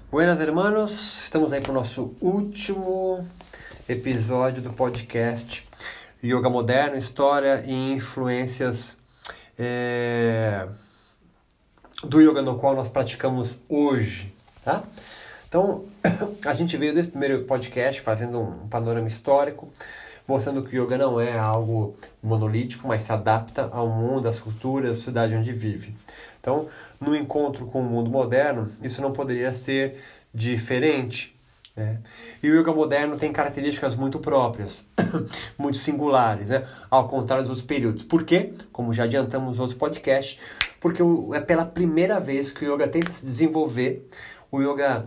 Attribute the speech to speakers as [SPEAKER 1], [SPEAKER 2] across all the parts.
[SPEAKER 1] Buenas, hermanos, estamos aí para o nosso último episódio do podcast Yoga Moderno, História e Influências do Yoga no qual nós praticamos hoje, tá? Então, a gente veio desse primeiro podcast fazendo um panorama histórico, mostrando que o Yoga não é algo monolítico, mas se adapta ao mundo, às culturas, à sociedade onde vive. Então, no encontro com o mundo moderno, isso não poderia ser diferente, né? E o Yoga moderno tem características muito próprias, muito singulares, né? Ao contrário dos outros períodos. Por quê? Como já adiantamos nos outros podcasts, porque é pela primeira vez que o Yoga tenta se desenvolver, o Yoga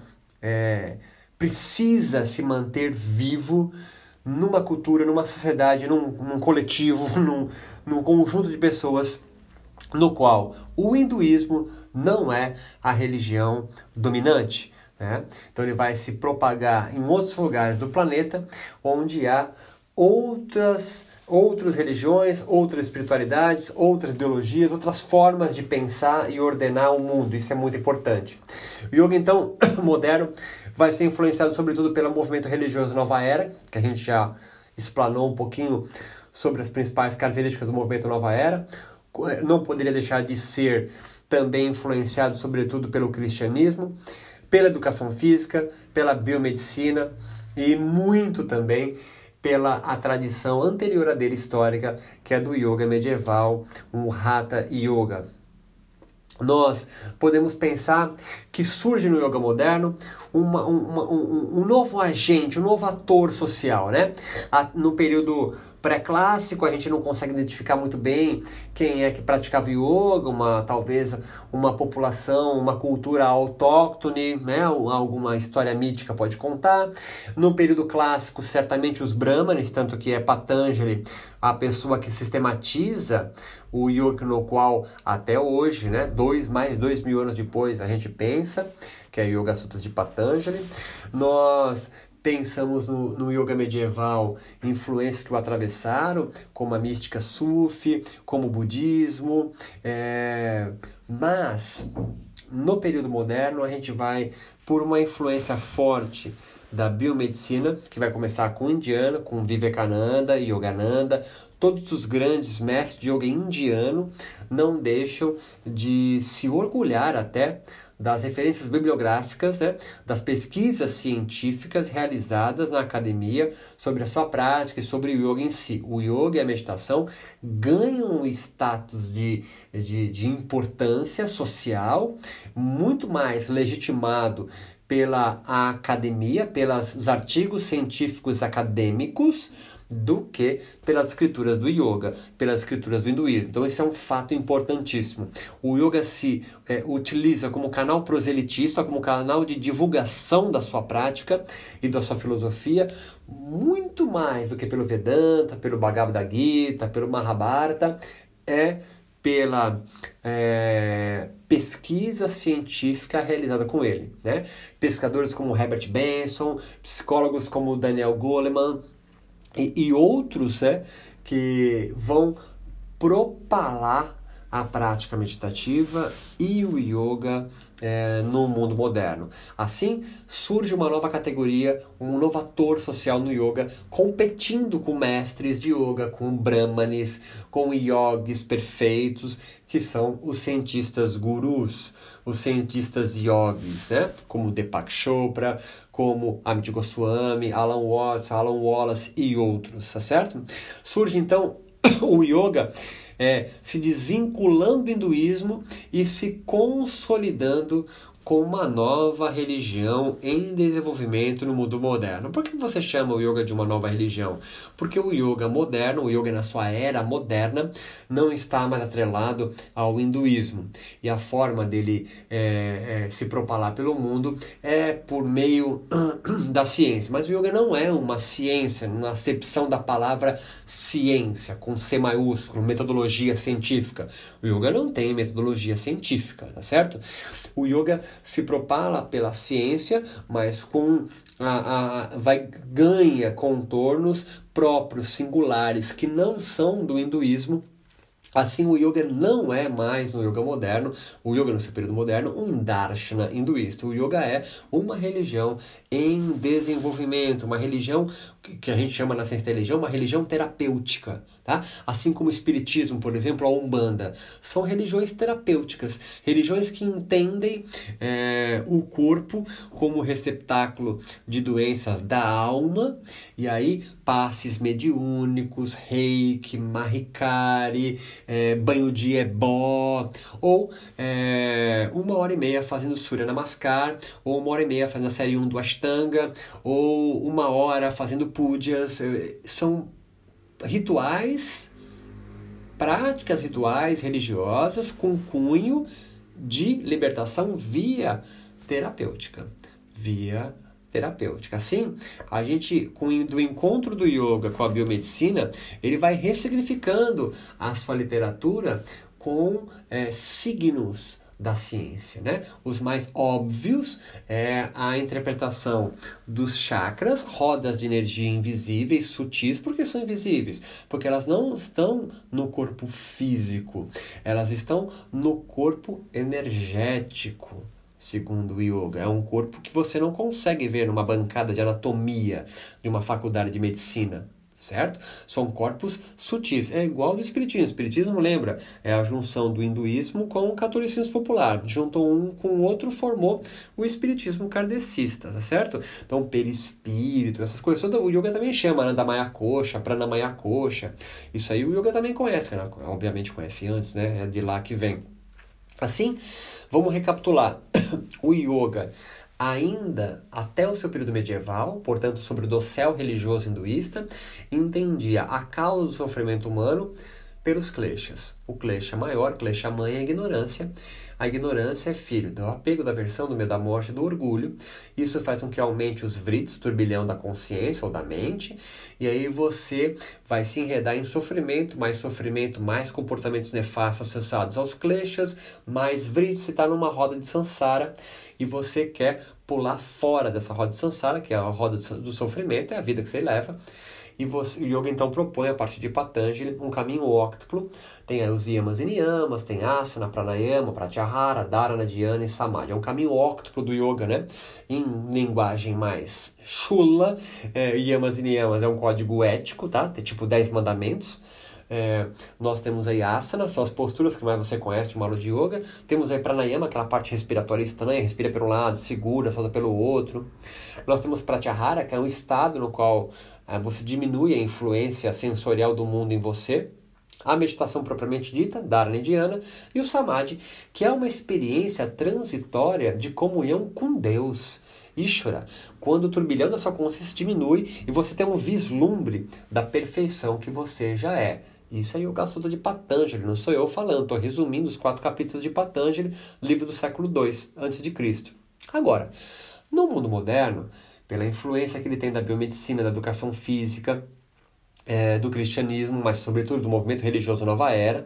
[SPEAKER 1] precisa se manter vivo numa cultura, numa sociedade, num coletivo, num conjunto de pessoas no qual o hinduísmo não é a religião dominante, né? Então ele vai se propagar em outros lugares do planeta onde há outras religiões, outras espiritualidades, outras ideologias, outras formas de pensar e ordenar o mundo. Isso é muito importante. O yoga, então, moderno, vai ser influenciado sobretudo pelo movimento religioso Nova Era, que a gente já explanou um pouquinho sobre as principais características do movimento Nova Era. Não poderia deixar de ser também influenciado sobretudo pelo cristianismo, pela educação física, pela biomedicina e muito também pela a tradição anterior a dele histórica, que é do yoga medieval, o Hatha Yoga. Nós podemos pensar que surge no yoga moderno um novo agente, um novo ator social, né? No período pré-clássico, a gente não consegue identificar muito bem quem é que praticava yoga, talvez uma população, uma cultura autóctone, né? Alguma história mítica pode contar. No período clássico, certamente os brahmanes, tanto que é Patanjali a pessoa que sistematiza o yoga, no qual até hoje, né, mais de 2.000 anos depois, a gente pensa que é Yoga Sutras de Patanjali. Nós pensamos no yoga medieval, influências que o atravessaram, como a mística sufi, como o budismo, mas no período moderno a gente vai por uma influência forte da biomedicina, que vai começar com o indiano, com Vivekananda, Yogananda. Todos os grandes mestres de yoga indiano não deixam de se orgulhar até das referências bibliográficas, né, das pesquisas científicas realizadas na academia sobre a sua prática e sobre o yoga em si. O yoga e a meditação ganham um status de importância social muito mais legitimado pela academia, pelos artigos científicos acadêmicos, do que pelas escrituras do yoga, pelas escrituras do hinduísmo. Então esse é um fato importantíssimo. O yoga se utiliza como canal proselitista, como canal de divulgação da sua prática e da sua filosofia, muito mais do que pelo Vedanta, pelo Bhagavad Gita, pelo Mahabharata, pela pesquisa científica realizada com ele, né? Pesquisadores como Herbert Benson, psicólogos como Daniel Goleman e outros, que vão propalar a prática meditativa e o yoga no mundo moderno. Assim, surge uma nova categoria, um novo ator social no yoga, competindo com mestres de yoga, com brahmanes, com yogis perfeitos, que são os cientistas gurus, os cientistas yogis, né? Como Deepak Chopra, como Amit Goswami, Alan Wallace e outros, tá certo? Surge então o yoga se desvinculando do hinduísmo e se consolidando como uma nova religião em desenvolvimento no mundo moderno. Por que você chama o yoga de uma nova religião? Porque o yoga moderno, o yoga na sua era moderna, não está mais atrelado ao hinduísmo. E a forma dele se propalar pelo mundo é por meio da ciência. Mas o yoga não é uma ciência, na acepção da palavra ciência, com C maiúsculo, metodologia científica. O yoga não tem metodologia científica, tá certo? O yoga se propala pela ciência, mas ganha contornos próprios, singulares, que não são do hinduísmo Assim, o yoga não é mais, no yoga moderno, o yoga no seu período moderno, um darshana hinduísta. O yoga é uma religião em desenvolvimento, uma religião que a gente chama na ciência da religião, uma religião terapêutica. Tá? Assim como o espiritismo, por exemplo, a Umbanda, são religiões terapêuticas, religiões que entendem o corpo como receptáculo de doenças da alma, e aí passes mediúnicos, reiki, mahikari, banho de ebó, ou 1h30 fazendo Surya Namaskar, ou 1h30 fazendo a série 1 do Ashtanga, ou 1 hora fazendo pujas. São rituais, práticas rituais religiosas com cunho de libertação via terapêutica. Assim, a gente, do encontro do yoga com a biomedicina, ele vai ressignificando a sua literatura com signos da ciência, né? Os mais óbvios é a interpretação dos chakras, rodas de energia invisíveis, sutis. Por que são invisíveis? Porque elas não estão no corpo físico, elas estão no corpo energético. Segundo o yoga, é um corpo que você não consegue ver numa bancada de anatomia de uma faculdade de medicina. Certo? São corpos sutis. É igual do espiritismo. O espiritismo, lembra, é a junção do hinduísmo com o catolicismo popular. Juntou um com o outro, formou o espiritismo kardecista, tá certo? Então, perispírito, essas coisas. O yoga também chama Anandamaya Kosha, Pranamaya Kosha. Isso aí o yoga também conhece, né? Obviamente conhece antes, né? É de lá que vem. Assim, vamos recapitular. O yoga, ainda até o seu período medieval, portanto sobre o dossel religioso hinduísta, entendia a causa do sofrimento humano pelos kleshas. O klesha maior, klesha mãe, é a ignorância. A ignorância é filho do apego, da aversão, do medo da morte, do orgulho. Isso faz com que aumente os vritis, o turbilhão da consciência ou da mente, e aí você vai se enredar em sofrimento, mais comportamentos nefastos associados aos kleshas, mais vritis, você está numa roda de samsara, e você quer pular fora dessa roda de samsara, que é a roda do sofrimento, é a vida que você leva. E o yoga então propõe, a partir de Patanjali, um caminho óctuplo. Tem os yamas e niyamas, tem asana, pranayama, pratyahara, dharana, dhyana e samadhi. É um caminho óctuplo do yoga, né? Em linguagem mais chula, yamas e niyamas é um código ético, tá? Tem tipo 10 mandamentos. Nós temos aí asana, são as posturas que mais você conhece de uma aula de yoga. Temos aí pranayama, aquela parte respiratória estranha, respira pelo lado, segura, solta pelo outro. Nós temos pratyahara, que é um estado no qual você diminui a influência sensorial do mundo em você. A meditação propriamente dita, dharana e dhyana, e o samadhi, que é uma experiência transitória de comunhão com Deus, Ishvara, quando o turbilhão da sua consciência diminui e você tem um vislumbre da perfeição que você já é. Isso é Yoga Sutra de Patanjali, não sou eu falando, estou resumindo os 4 capítulos de Patanjali, livro do século II a.C. Agora, no mundo moderno, pela influência que ele tem da biomedicina, da educação física, do cristianismo, mas sobretudo do movimento religioso Nova Era,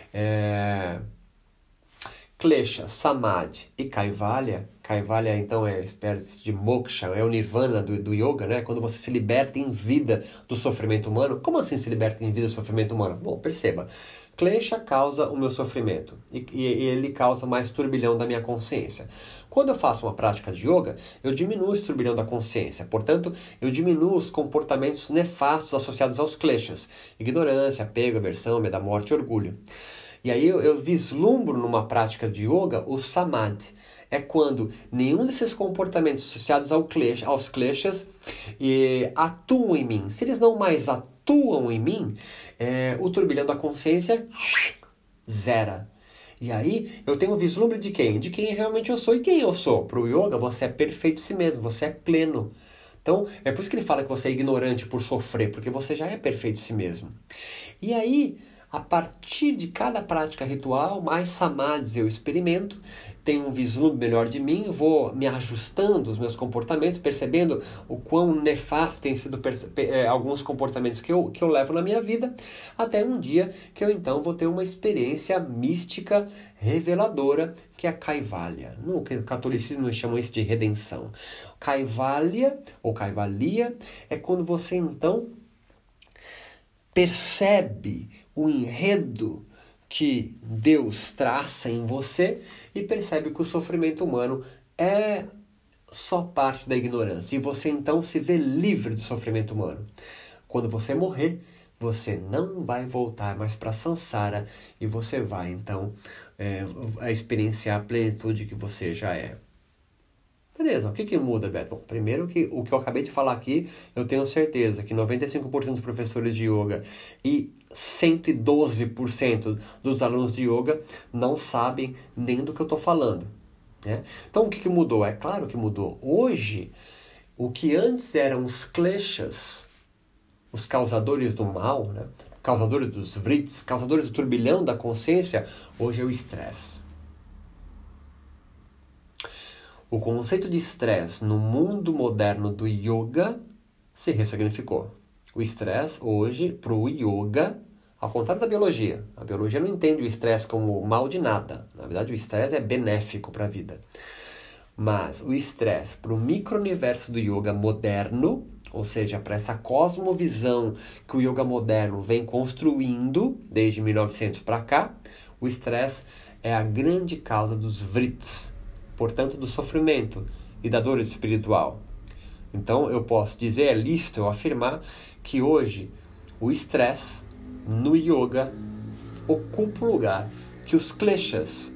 [SPEAKER 1] Klesha, Samadhi e Kaivalya. Kaivalya, então, é a espécie de moksha, é o nirvana do yoga, né? Quando você se liberta em vida do sofrimento humano. Como assim se liberta em vida do sofrimento humano? Bom, perceba. Klesha causa o meu sofrimento e ele causa mais turbilhão da minha consciência. Quando eu faço uma prática de yoga, eu diminuo esse turbilhão da consciência. Portanto, eu diminuo os comportamentos nefastos associados aos kleshas. Ignorância, apego, aversão, medo da morte e orgulho. E aí eu vislumbro numa prática de yoga o samadhi. É quando nenhum desses comportamentos associados aos kleshas atuam em mim. Se eles não mais atuam em mim, o turbilhão da consciência zera. E aí eu tenho um vislumbre de quem? De quem realmente eu sou. E quem eu sou? Para o yoga, você é perfeito em si mesmo, você é pleno. Então, é por isso que ele fala que você é ignorante por sofrer, porque você já é perfeito em si mesmo. E aí, a partir de cada prática ritual, mais samadhis eu experimento, tenho um vislumbre melhor de mim, vou me ajustando os meus comportamentos, percebendo o quão nefasto tem sido alguns comportamentos que eu levo na minha vida, até um dia que eu então vou ter uma experiência mística reveladora, que é a Kaivalya. No catolicismo eles chamam isso de redenção. Kaivalya, ou Kaivalya, é quando você então percebe o enredo que Deus traça em você e percebe que o sofrimento humano é só parte da ignorância. E você então se vê livre do sofrimento humano. Quando você morrer, você não vai voltar mais para Sansara e você vai então experienciar a plenitude que você já é. Beleza, o que muda, Beto? Bom, primeiro que o que eu acabei de falar aqui, eu tenho certeza que 95% dos professores de yoga e 112% dos alunos de yoga não sabem nem do que eu estou falando. Né? Então o que mudou? É claro que mudou. Hoje, o que antes eram os kleshas, os causadores do mal, né? Causadores dos vrits, causadores do turbilhão da consciência, hoje é o estresse. O conceito de estresse no mundo moderno do yoga se ressignificou. O estresse hoje, para o yoga, ao contrário da biologia. A biologia não entende o estresse como mal de nada. Na verdade, o estresse é benéfico para a vida. Mas o estresse para o micro-universo do yoga moderno, ou seja, para essa cosmovisão que o yoga moderno vem construindo desde 1900 para cá, o estresse é a grande causa dos vrits, portanto do sofrimento e da dor espiritual. Então eu posso dizer, é lícito eu afirmar que hoje o estresse no yoga ocupa o lugar que os kleshas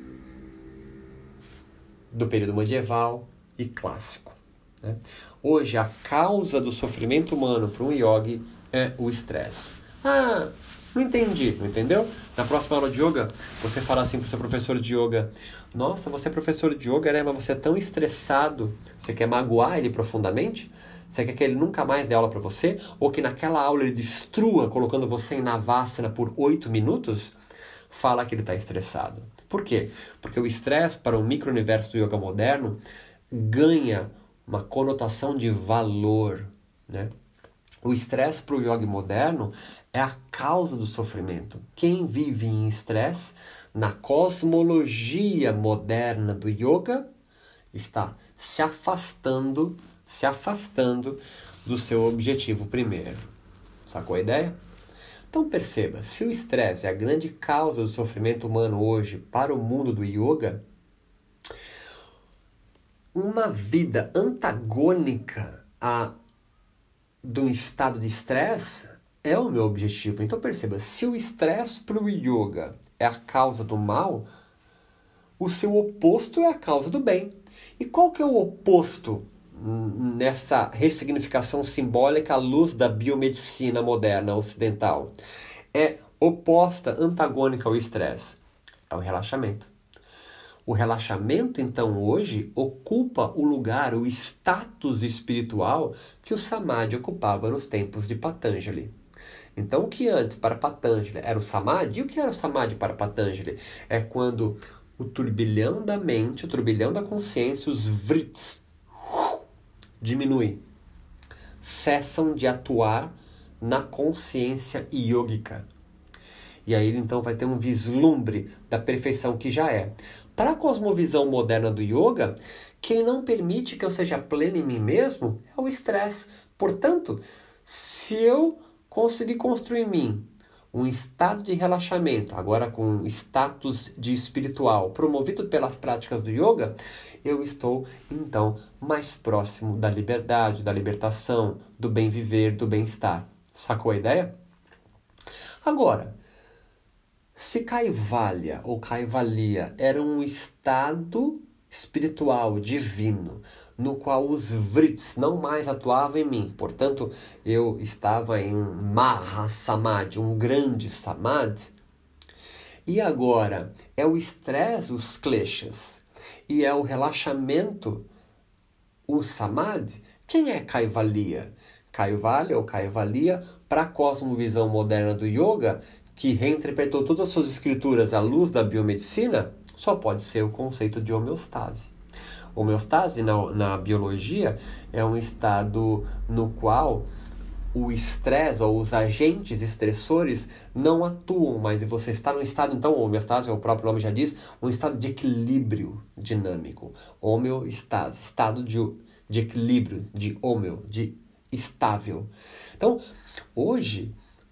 [SPEAKER 1] do período medieval e clássico. Né? Hoje a causa do sofrimento humano para um yogi é o estresse. Ah, não entendi, não entendeu? Na próxima aula de yoga, você fala assim para o seu professor de yoga: nossa, você é professor de yoga, né? Mas você é tão estressado. Você quer magoar ele profundamente? Você quer que ele nunca mais dê aula para você? Ou que naquela aula ele destrua, colocando você em Navasana por 8 minutos? Fala que ele está estressado. Por quê? Porque o estresse para o micro-universo do yoga moderno ganha uma conotação de valor, né? O estresse para o yoga moderno é a causa do sofrimento. Quem vive em estresse, na cosmologia moderna do yoga, está se afastando do seu objetivo primeiro. Sacou a ideia? Então perceba, se o estresse é a grande causa do sofrimento humano hoje para o mundo do yoga, uma vida antagônica do estado de estresse é o meu objetivo. Então perceba, se o estresse para o yoga é a causa do mal, o seu oposto é a causa do bem. E qual que é o oposto nessa ressignificação simbólica à luz da biomedicina moderna ocidental? É oposta, antagônica ao estresse. É o relaxamento. O relaxamento, então, hoje, ocupa o lugar, o status espiritual que o Samadhi ocupava nos tempos de Patanjali. Então, o que antes para Patanjali era o Samadhi, e o que era o Samadhi para Patanjali? É quando o turbilhão da mente, o turbilhão da consciência, os vrits, diminui. Cessam de atuar na consciência yógica. E aí ele então vai ter um vislumbre da perfeição que já é. Para a cosmovisão moderna do yoga, quem não permite que eu seja pleno em mim mesmo é o estresse. Portanto, se eu conseguir construir em mim um estado de relaxamento, agora com status de espiritual, promovido pelas práticas do yoga, eu estou, então, mais próximo da liberdade, da libertação, do bem viver, do bem-estar. Sacou a ideia? Agora, se Kaivalya ou Kaivalya era um estado espiritual, divino, no qual os vrits não mais atuavam em mim, portanto, eu estava em um Mahasamadhi, um grande Samadhi, e agora é o estresse, os kleshas, e é o relaxamento, o Samadhi. Quem é Kaivalya? Kaivalya ou Kaivalya, para a cosmovisão moderna do yoga, que reinterpretou todas as suas escrituras à luz da biomedicina, só pode ser o conceito de homeostase. Homeostase, na biologia, é um estado no qual o estresse ou os agentes estressores não atuam mais. E você está num estado, então, homeostase, o próprio nome já diz, um estado de equilíbrio dinâmico. Homeostase, estado de equilíbrio, de estável. Então, hoje,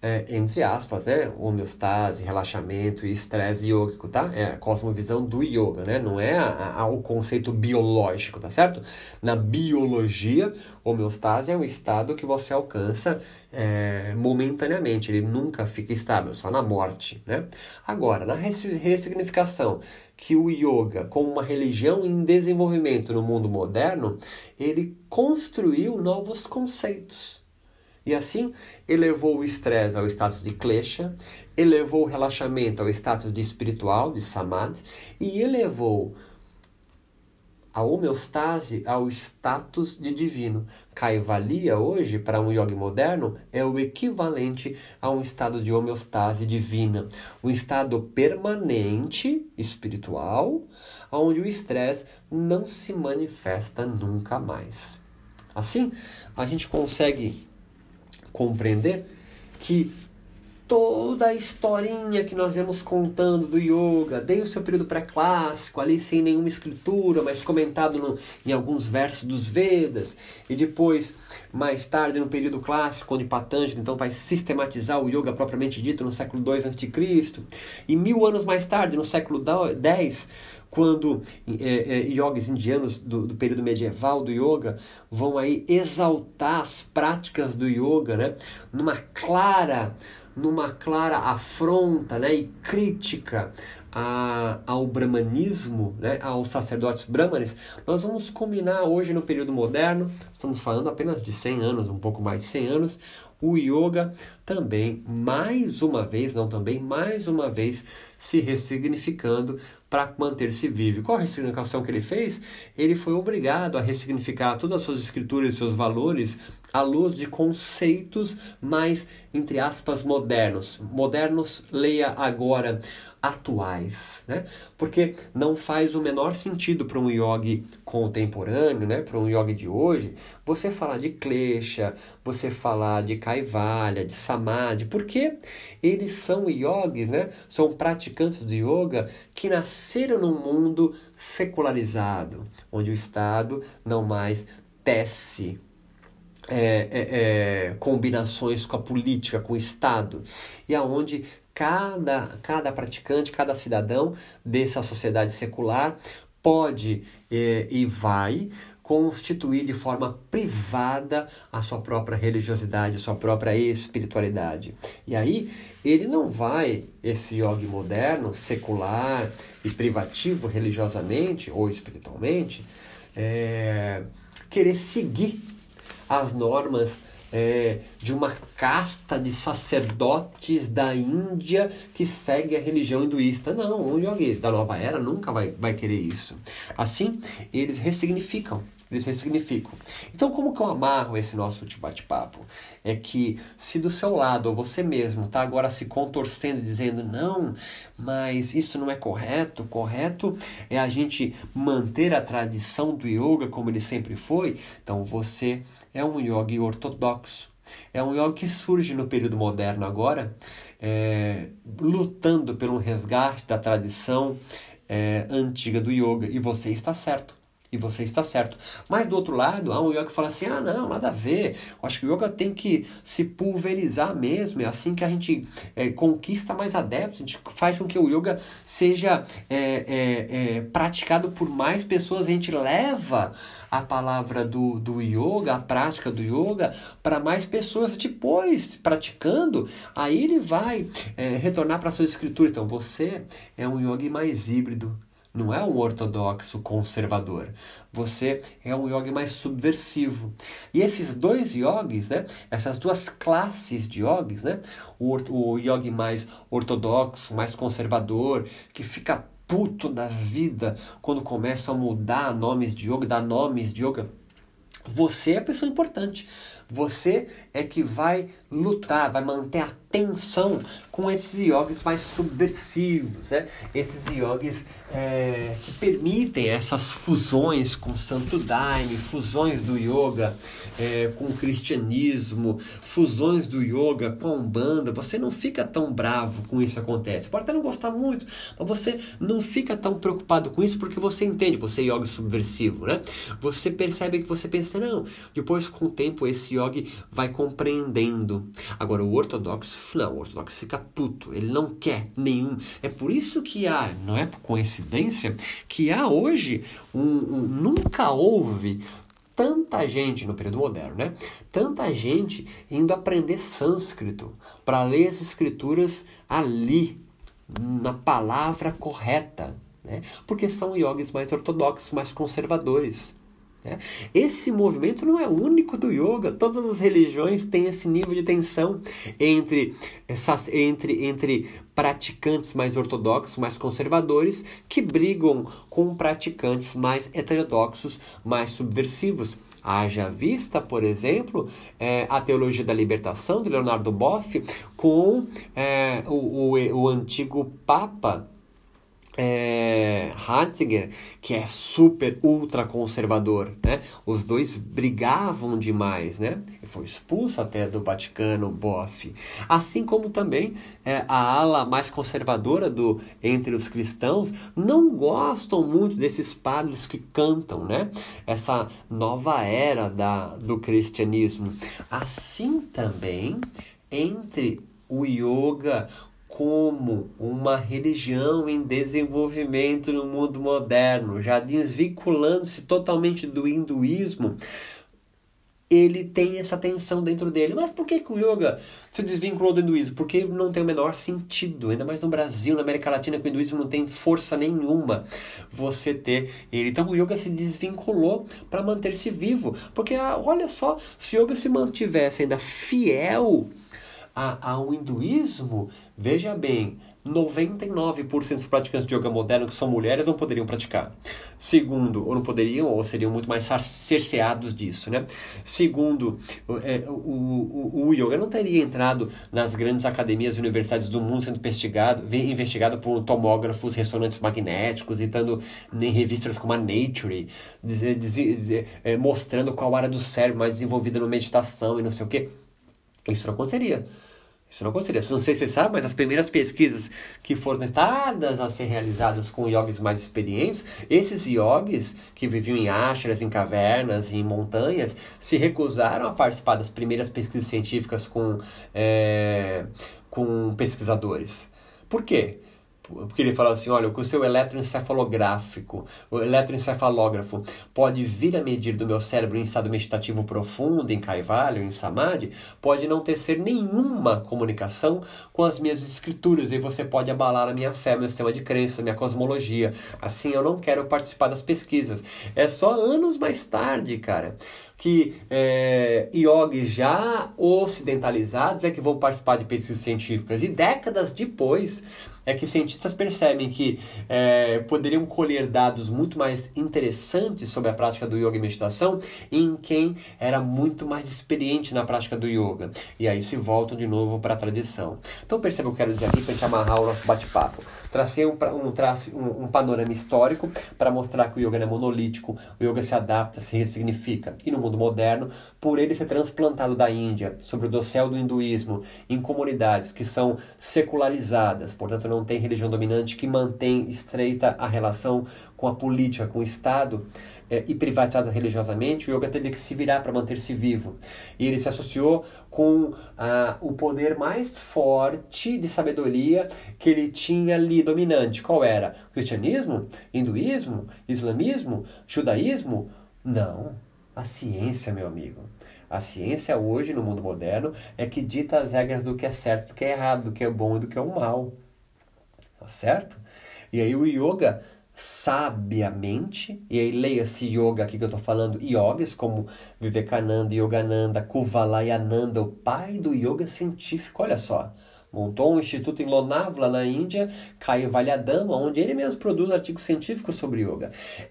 [SPEAKER 1] entre aspas, né? Homeostase, relaxamento e estresse yógico, tá? É a cosmovisão do yoga, né? Não é o conceito biológico, tá certo? Na biologia, homeostase é um estado que você alcança momentaneamente, ele nunca fica estável, só na morte, né? Agora, na ressignificação, que o yoga, como uma religião em desenvolvimento no mundo moderno, ele construiu novos conceitos. E assim, elevou o estresse ao status de klesha, elevou o relaxamento ao status de espiritual, de samadhi, e elevou a homeostase ao status de divino. Kaivalya hoje, para um yogi moderno, é o equivalente a um estado de homeostase divina. Um estado permanente, espiritual, onde o estresse não se manifesta nunca mais. Assim, a gente consegue compreender que toda a historinha que nós vemos contando do yoga, desde o seu período pré-clássico, ali sem nenhuma escritura, mas comentado em alguns versos dos Vedas, e depois, mais tarde, no período clássico, onde Patanjali então vai sistematizar o yoga propriamente dito no século II a.C., e 1000 anos mais tarde, no século X, quando yogis indianos do período medieval do yoga vão aí exaltar as práticas do yoga, né, numa clara afronta, né, e crítica ao brahmanismo, né, aos sacerdotes brahmanes, nós vamos combinar hoje no período moderno, estamos falando apenas de 100 anos, um pouco mais de 100 anos, o yoga também, mais uma vez, se ressignificando para manter-se vivo. Qual a ressignificação que ele fez? Ele foi obrigado a ressignificar todas as suas escrituras e seus valores à luz de conceitos mais, entre aspas, modernos. Modernos, leia agora, atuais, né? Porque não faz o menor sentido para um yogi contemporâneo, né? Para um yogi de hoje, você falar de klesha, você falar de kaivalya, de samadhi, porque eles são yogis, né? São praticantes do yoga que nasceram num mundo secularizado, onde o Estado não mais tece combinações com a política, com o Estado, e aonde cada praticante, cada cidadão dessa sociedade secular pode e vai constituir de forma privada a sua própria religiosidade, a sua própria espiritualidade. E aí, ele não vai, esse yogi moderno, secular e privativo religiosamente ou espiritualmente, querer seguir as normas de uma casta de sacerdotes da Índia que segue a religião hinduísta. Não, um yogi da nova era nunca vai querer isso. Assim, eles ressignificam. Então, como que eu amarro esse nosso bate-papo? É que se do seu lado, ou você mesmo, está agora se contorcendo, dizendo, não, mas isso não é correto é a gente manter a tradição do yoga como ele sempre foi, então você é um yogi ortodoxo. É um yoga que surge no período moderno agora, lutando pelo resgate da tradição antiga do yoga, e você está certo. Mas do outro lado, há um yoga que fala assim, não, nada a ver, eu acho que o yoga tem que se pulverizar mesmo, é assim que a gente conquista mais adeptos, a gente faz com que o yoga seja praticado por mais pessoas, a gente leva a palavra do yoga, a prática do yoga, para mais pessoas, depois, praticando, aí ele vai retornar para a sua escritura. Então, você é um yogi mais híbrido, não é um ortodoxo conservador. Você é um yogi mais subversivo. E esses dois yogis, né, essas duas classes de yogis, né, o yogi mais ortodoxo, mais conservador, que fica puto da vida quando começa a mudar nomes de yoga, dar nomes de yoga, você é a pessoa importante. Você é que vai lutar, vai manter a tensão com esses yogis mais subversivos, né? Esses yogis que permitem essas fusões com o Santo Daime, fusões do yoga com o cristianismo, fusões do yoga com a Umbanda. Você não fica tão bravo com isso que acontece. Pode até não gostar muito, mas você não fica tão preocupado com isso porque você entende, você é yogi subversivo, né? Você percebe que você pensa, não, depois com o tempo esse yogi vai compreendendo nenhum. Agora, o ortodoxo, não, o ortodoxo fica puto, ele não quer nenhum. É por isso que não é por coincidência, que há hoje, nunca houve tanta gente no período moderno, né? Tanta gente indo aprender sânscrito para ler as escrituras ali, na palavra correta, né? Porque são yogis mais ortodoxos, mais conservadores. Esse movimento não é único do yoga. Todas as religiões têm esse nível de tensão entre praticantes mais ortodoxos, mais conservadores, que brigam com praticantes mais heterodoxos, mais subversivos. Haja vista, por exemplo, a Teologia da Libertação, de Leonardo Boff, com o antigo Papa Ratzinger, que é super ultra conservador, né? Os dois brigavam demais, né? Foi expulso até do Vaticano, Boff. Assim como também a ala mais conservadora entre os cristãos não gostam muito desses padres que cantam, né? Essa nova era do cristianismo. Assim também entre o yoga como uma religião em desenvolvimento no mundo moderno, já desvinculando-se totalmente do hinduísmo, ele tem essa tensão dentro dele. Mas por que o yoga se desvinculou do hinduísmo? Porque não tem o menor sentido, ainda mais no Brasil, na América Latina, que o hinduísmo não tem força nenhuma você ter ele. Então o yoga se desvinculou para manter-se vivo, porque olha só, se o yoga se mantivesse ainda fiel ao hinduísmo, veja bem, 99% dos praticantes de yoga moderno que são mulheres não poderiam praticar. Segundo, ou não poderiam, ou seriam muito mais cerceados disso, né? Segundo, o yoga não teria entrado nas grandes academias e universidades do mundo sendo investigado por tomógrafos ressonantes magnéticos, e estando em revistas como a Nature, mostrando qual área do cérebro mais desenvolvida na meditação e não sei o quê. Isso não aconteceria. Não sei se você sabe, mas as primeiras pesquisas que foram tentadas a ser realizadas com yogis mais experientes, esses yogis que viviam em ashras, em cavernas, em montanhas, se recusaram a participar das primeiras pesquisas científicas com pesquisadores. Por quê? Porque ele fala assim, olha, o seu o eletroencefalógrafo pode vir a medir do meu cérebro em estado meditativo profundo, em Kaivalya, em Samadhi, pode não ter nenhuma comunicação com as minhas escrituras, e você pode abalar a minha fé, meu sistema de crença, minha cosmologia. Assim, eu não quero participar das pesquisas. É só anos mais tarde, cara, que yogis já ocidentalizados é que vão participar de pesquisas científicas. E décadas depois é que cientistas percebem que poderiam colher dados muito mais interessantes sobre a prática do yoga e meditação em quem era muito mais experiente na prática do yoga. E aí se voltam de novo para a tradição. Então perceba o que eu quero dizer aqui para a gente amarrar o nosso bate-papo. Tracei um panorama histórico para mostrar que o yoga não é monolítico, o yoga se adapta, se ressignifica. E no mundo moderno, por ele ser transplantado da Índia, sobre o dossel do hinduísmo, em comunidades que são secularizadas, portanto não tem religião dominante, que mantém estreita a relação com a política, com o Estado, e privatizada religiosamente, o yoga teve que se virar para manter-se vivo. E ele se associou com o poder mais forte de sabedoria que ele tinha ali dominante. Qual era? Cristianismo? Hinduísmo? Islamismo? Judaísmo? Não. A ciência, meu amigo. A ciência hoje, no mundo moderno, é que dita as regras do que é certo, do que é errado, do que é bom e do que é o mal. Tá certo? E aí o yoga, sabiamente, e aí leia-se yoga aqui que eu estou falando, yogis como Vivekananda, Yogananda, Kuvalayananda, o pai do yoga científico, olha só. Montou um instituto em Lonavala, na Índia, Kaivalyadama, onde ele mesmo produz artigos científicos sobre yoga.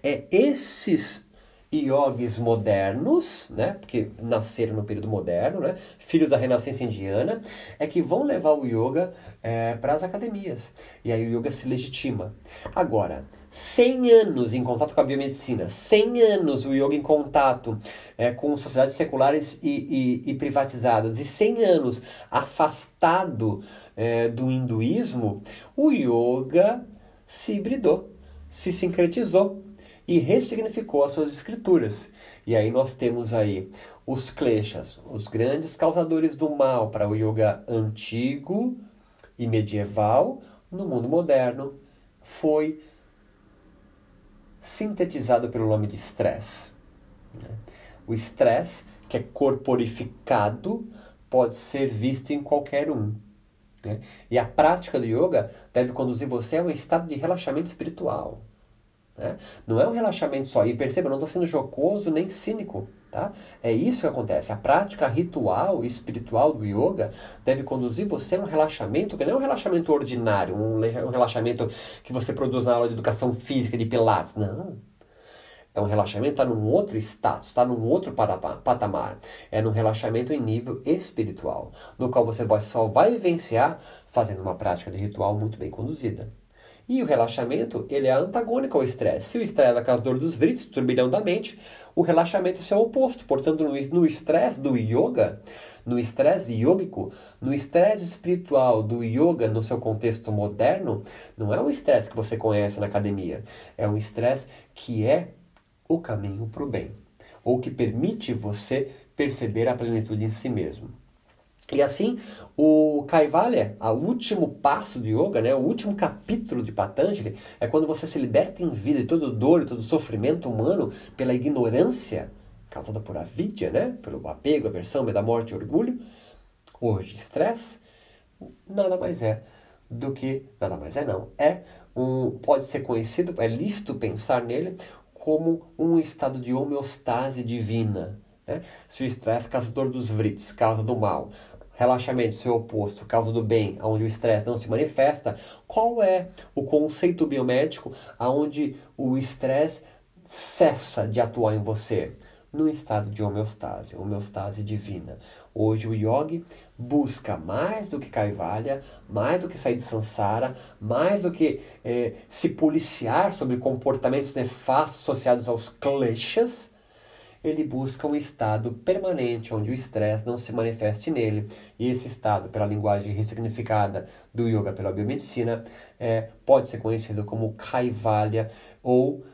[SPEAKER 1] Esses yogis modernos, né, porque nasceram no período moderno, né, filhos da renascença indiana, é que vão levar o yoga para as academias. E aí o yoga se legitima. Agora, 100 anos em contato com a biomedicina, 100 anos o yoga em contato com sociedades seculares e privatizadas, e 100 anos afastado do hinduísmo, o yoga se hibridou, se sincretizou. e ressignificou as suas escrituras. E aí nós temos aí os kleshas, os grandes causadores do mal para o yoga antigo e medieval. No mundo moderno foi sintetizado pelo nome de estresse. O estresse, que é corporificado, pode ser visto em qualquer um. E a prática do yoga deve conduzir você a um estado de relaxamento espiritual. Não é um relaxamento só. E perceba, eu não estou sendo jocoso nem cínico. Tá? É isso que acontece. A prática ritual e espiritual do yoga deve conduzir você a um relaxamento que não é um relaxamento ordinário, um relaxamento que você produz na aula de educação física, de pilates. Não. É um relaxamento, está num outro status, está num outro patamar. É num relaxamento em nível espiritual, no qual você só vai vivenciar fazendo uma prática de ritual muito bem conduzida. E o relaxamento, ele é antagônico ao estresse. Se o estresse é a causador dos vritis, turbilhão da mente, o relaxamento é o seu oposto. Portanto, no estresse do yoga, no estresse yógico, no estresse espiritual do yoga no seu contexto moderno, não é um estresse que você conhece na academia. É um estresse que é o caminho para o bem, ou que permite você perceber a plenitude em si mesmo. E assim, o Kaivalya, o último passo do yoga, o último capítulo de Patanjali, é quando você se liberta em vida de toda dor e todo sofrimento humano pela ignorância causada por avidya, pelo apego, aversão, medo da morte e orgulho. Hoje, estresse, nada mais pode ser conhecido, é lícito pensar nele como um estado de homeostase divina. Se o estresse, causador dos vritis, causa do mal, relaxamento, seu oposto, causa do bem, onde o estresse não se manifesta, qual é o conceito biomédico onde o estresse cessa de atuar em você? No estado de homeostase divina. Hoje o yogi busca mais do que Kaivalya, mais do que sair de Sansara, mais do que se policiar sobre comportamentos nefastos associados aos kleshas. Ele busca um estado permanente, onde o estresse não se manifeste nele. E esse estado, pela linguagem ressignificada do yoga pela biomedicina, pode ser conhecido como Kaivalya ou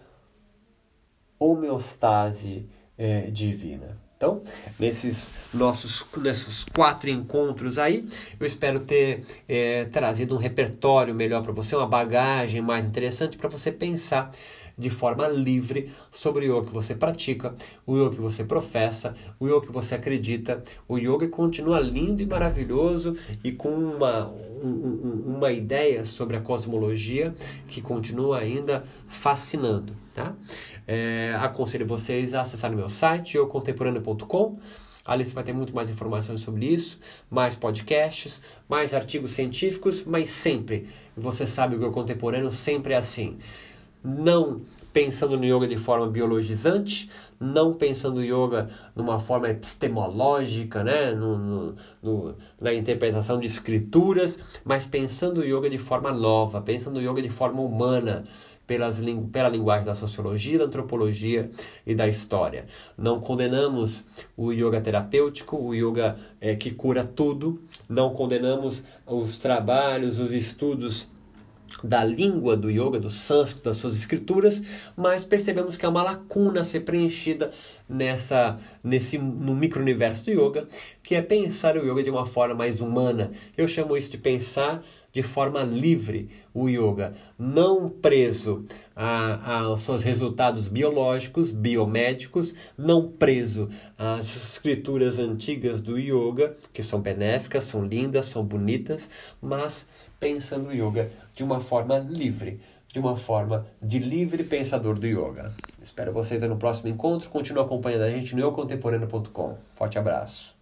[SPEAKER 1] homeostase divina. Então, nesses 4 encontros aí, eu espero ter trazido um repertório melhor para você, uma bagagem mais interessante para você pensar de forma livre sobre o yoga que você pratica, o yoga que você professa, o yoga que você acredita. O yoga continua lindo e maravilhoso e com uma ideia sobre a cosmologia que continua ainda fascinando. Tá? Aconselho vocês a acessarem meu site, yogacontemporâneo.com. Ali você vai ter muito mais informações sobre isso, mais podcasts, mais artigos científicos, mas sempre, você sabe, o yoga contemporâneo sempre é assim. Não pensando no yoga de forma biologizante, não pensando no yoga numa forma epistemológica, na interpretação de escrituras, mas pensando no yoga de forma nova, pensando no yoga de forma humana, pela linguagem da sociologia, da antropologia e da história. Não condenamos o yoga terapêutico, o yoga que cura tudo, não condenamos os trabalhos, os estudos da língua do yoga, do sânscrito, das suas escrituras, mas percebemos que há uma lacuna a ser preenchida no micro-universo do yoga, que é pensar o yoga de uma forma mais humana. Eu chamo isso de pensar de forma livre o yoga, não preso aos seus resultados biológicos, biomédicos, não preso às escrituras antigas do yoga, que são benéficas, são lindas, são bonitas, mas pensando o yoga de uma forma livre, de uma forma de livre pensador do yoga. Espero vocês no próximo encontro. Continue acompanhando a gente no yogacontemporâneo.com. Forte abraço.